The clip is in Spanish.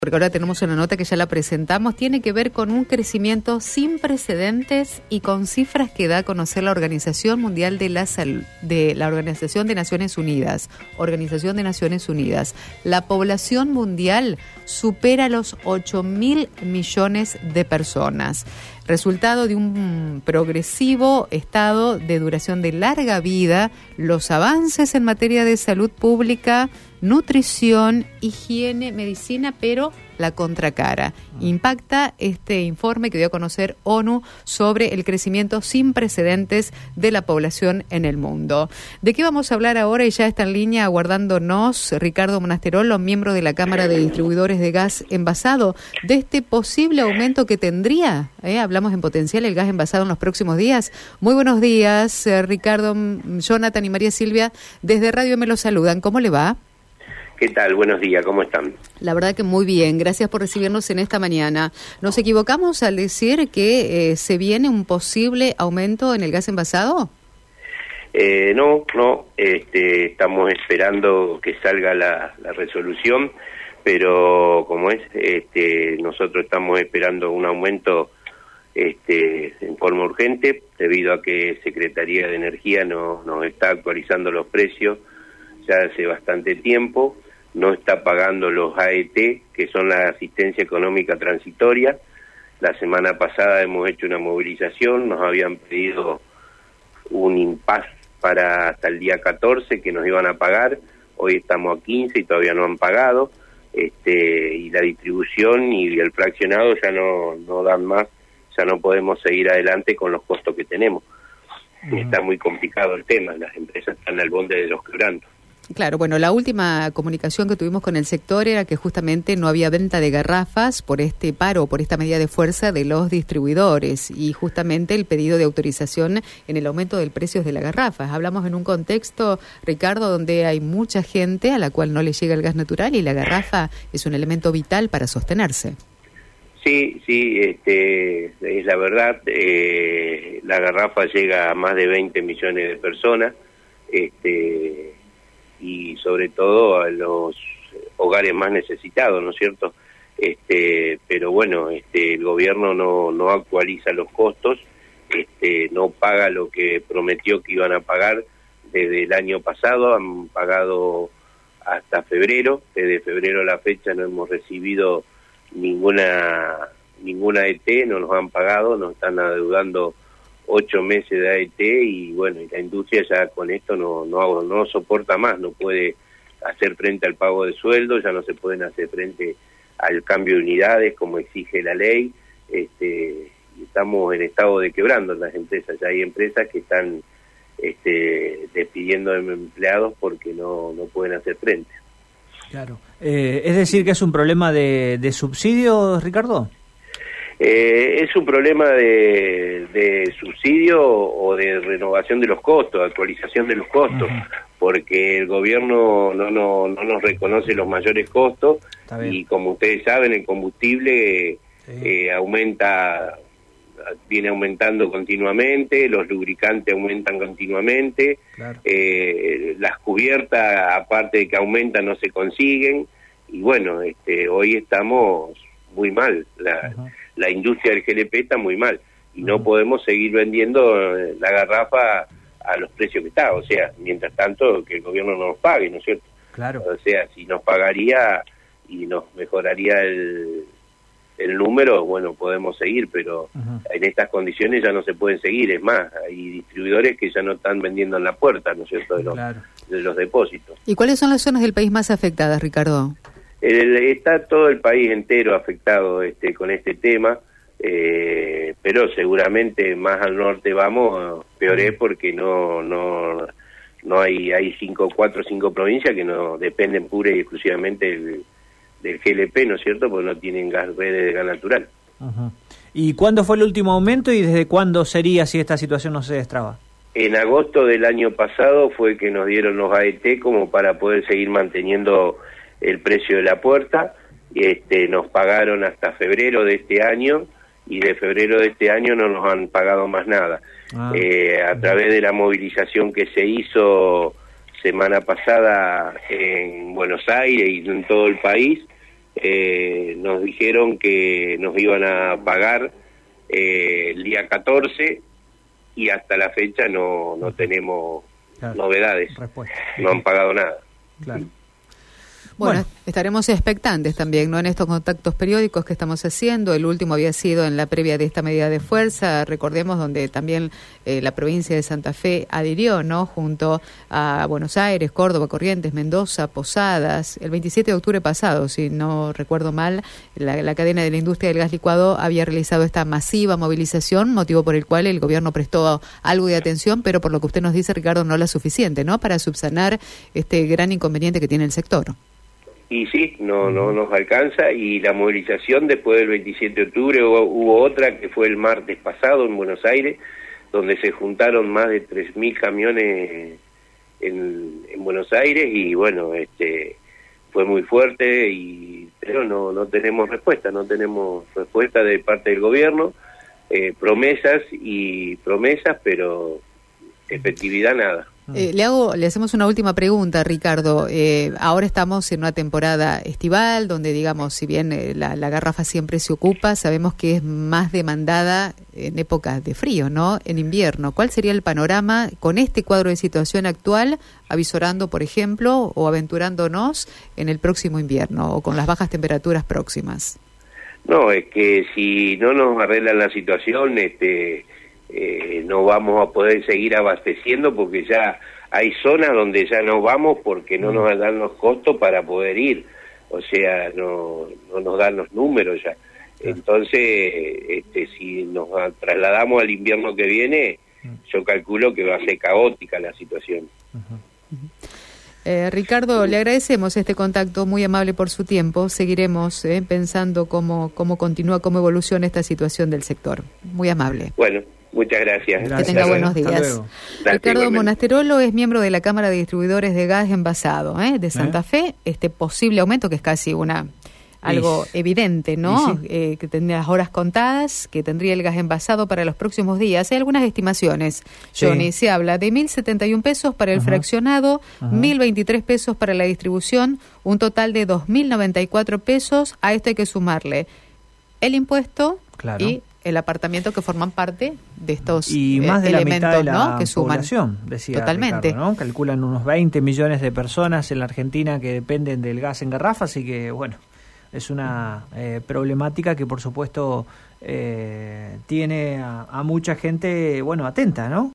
porque ahora tenemos una nota que ya la presentamos, tiene que ver con un crecimiento sin precedentes y con cifras que da a conocer la Organización Mundial de la Salud, de la Organización de Naciones Unidas. La población mundial supera los 8.000 millones de personas, resultado de un progresivo estado de duración de larga vida, los avances en materia de salud pública, nutrición, higiene, medicina, pero la contracara. Impacta este informe que dio a conocer ONU sobre el crecimiento sin precedentes de la población en el mundo. ¿De qué vamos a hablar ahora? Y ya está en línea aguardándonos Ricardo Monasterolo, miembro de la Cámara de Distribuidores de Gas Envasado, de este posible aumento que tendría, hablamos en potencial, el gas envasado en los próximos días. Muy buenos días, Ricardo, Jonathan y María Silvia, desde Radio me lo saludan. ¿Cómo le va? ¿Qué tal? Buenos días, ¿cómo están? La verdad que muy bien, gracias por recibirnos en esta mañana. ¿Nos equivocamos al decir que se viene un posible aumento en el gas envasado? No, estamos esperando que salga la resolución, pero como es, nosotros estamos esperando un aumento en forma urgente, debido a que Secretaría de Energía nos está actualizando los precios ya hace bastante tiempo. No está pagando los AET, que son la asistencia económica transitoria. La semana pasada hemos hecho una movilización, nos habían pedido un impas para hasta el día 14 que nos iban a pagar. Hoy estamos a 15 y todavía no han pagado. Y la distribución y el fraccionado ya no dan más, ya no podemos seguir adelante con los costos que tenemos. Está muy complicado el tema, las empresas están al borde de los quebrantos. Claro, bueno, la última comunicación que tuvimos con el sector era que justamente no había venta de garrafas por este paro, por esta medida de fuerza de los distribuidores y justamente el pedido de autorización en el aumento del precio de las garrafas. Hablamos en un contexto, Ricardo, donde hay mucha gente a la cual no le llega el gas natural y la garrafa es un elemento vital para sostenerse. Sí, es la verdad. La garrafa llega a más de 20 millones de personas, y sobre todo a los hogares más necesitados, ¿no es cierto? Pero bueno, el gobierno no actualiza los costos, no paga lo que prometió que iban a pagar desde el año pasado. Han pagado hasta febrero, desde febrero a la fecha no hemos recibido ninguna AET, no nos han pagado, nos están adeudando 8 meses de AET y bueno, y la industria ya con esto no soporta más, no puede hacer frente al pago de sueldos, ya no se pueden hacer frente al cambio de unidades como exige la ley. Y estamos en estado de quebrando las empresas, ya hay empresas que están despidiendo empleados porque no pueden hacer frente. Claro. Es decir, que es un problema de subsidios, Ricardo. Es un problema de subsidio o de renovación de los costos, actualización de los costos, porque el gobierno no nos reconoce los mayores costos y como ustedes saben el combustible viene aumentando continuamente, los lubricantes aumentan continuamente, las cubiertas aparte de que aumentan no se consiguen y bueno, hoy estamos muy mal, la industria del GLP está muy mal y no podemos seguir vendiendo la garrafa a los precios que está, o sea, mientras tanto que el gobierno no nos pague, ¿no es cierto? Claro. O sea, si nos pagaría y nos mejoraría el número, bueno, podemos seguir, pero en estas condiciones ya no se pueden seguir, es más, hay distribuidores que ya no están vendiendo en la puerta, ¿no es cierto?, de los depósitos. ¿Y cuáles son las zonas del país más afectadas, Ricardo? Está todo el país entero afectado con este tema, pero seguramente más al norte vamos, peor es porque no hay 4 o 5 provincias que no dependen pura y exclusivamente del GLP, ¿no es cierto?, porque no tienen redes de gas natural. ¿Y cuándo fue el último aumento y desde cuándo sería si esta situación no se destraba? En agosto del año pasado fue que nos dieron los AET como para poder seguir manteniendo el precio de la puerta. Nos pagaron hasta febrero de este año y de febrero de este año no nos han pagado más nada. A través de la movilización que se hizo semana pasada en Buenos Aires y en todo el país, nos dijeron que nos iban a pagar el día 14 y hasta la fecha no tenemos novedades. Respuesta. No han pagado nada. Claro. Bueno, estaremos expectantes también, ¿no? En estos contactos periódicos que estamos haciendo. El último había sido en la previa de esta medida de fuerza, recordemos, donde también la provincia de Santa Fe adhirió, ¿no? Junto a Buenos Aires, Córdoba, Corrientes, Mendoza, Posadas. El 27 de octubre pasado, si no recuerdo mal, la cadena de la industria del gas licuado había realizado esta masiva movilización, motivo por el cual el gobierno prestó algo de atención, pero por lo que usted nos dice, Ricardo, no la suficiente, ¿no? Para subsanar este gran inconveniente que tiene el sector. Y sí, no nos alcanza, y la movilización después del 27 de octubre hubo otra que fue el martes pasado en Buenos Aires, donde se juntaron más de 3.000 camiones en Buenos Aires, y bueno, fue muy fuerte, pero no tenemos respuesta de parte del gobierno, promesas, pero efectividad nada. Le hacemos una última pregunta, Ricardo. Ahora estamos en una temporada estival, donde, digamos, si bien la garrafa siempre se ocupa, sabemos que es más demandada en épocas de frío, ¿no? En invierno. ¿Cuál sería el panorama con este cuadro de situación actual, avisorando, por ejemplo, o aventurándonos en el próximo invierno, o con las bajas temperaturas próximas? No, es que si no nos arreglan la situación, no vamos a poder seguir abasteciendo, porque ya hay zonas donde ya no vamos porque no nos dan los costos para poder ir, o sea, no nos dan los números ya. Entonces, si nos trasladamos al invierno que viene, yo calculo que va a ser caótica la situación. Ricardo, le agradecemos este contacto, muy amable por su tiempo. Seguiremos pensando cómo continúa, cómo evoluciona esta situación del sector. Muy amable. Bueno, muchas gracias. Que tenga buenos días. Ricardo Monasterolo es miembro de la Cámara de Distribuidores de Gas Envasado de Santa Fe. Este posible aumento, que es casi algo evidente, ¿no? Sí. Que tendría las horas contadas, que tendría el gas envasado para los próximos días. Hay algunas estimaciones, Johnny. Se habla de 1.071 pesos para el fraccionado, 1.023 pesos para la distribución, un total de 2.094 pesos. A esto hay que sumarle el impuesto y el apartamento, que forman parte de estos y más de elementos, la mitad de la que suman. Población, decía Totalmente. Ricardo, ¿no? Calculan unos 20 millones de personas en la Argentina que dependen del gas en garrafa, así que bueno, es una problemática que por supuesto tiene a mucha gente, atenta, ¿no?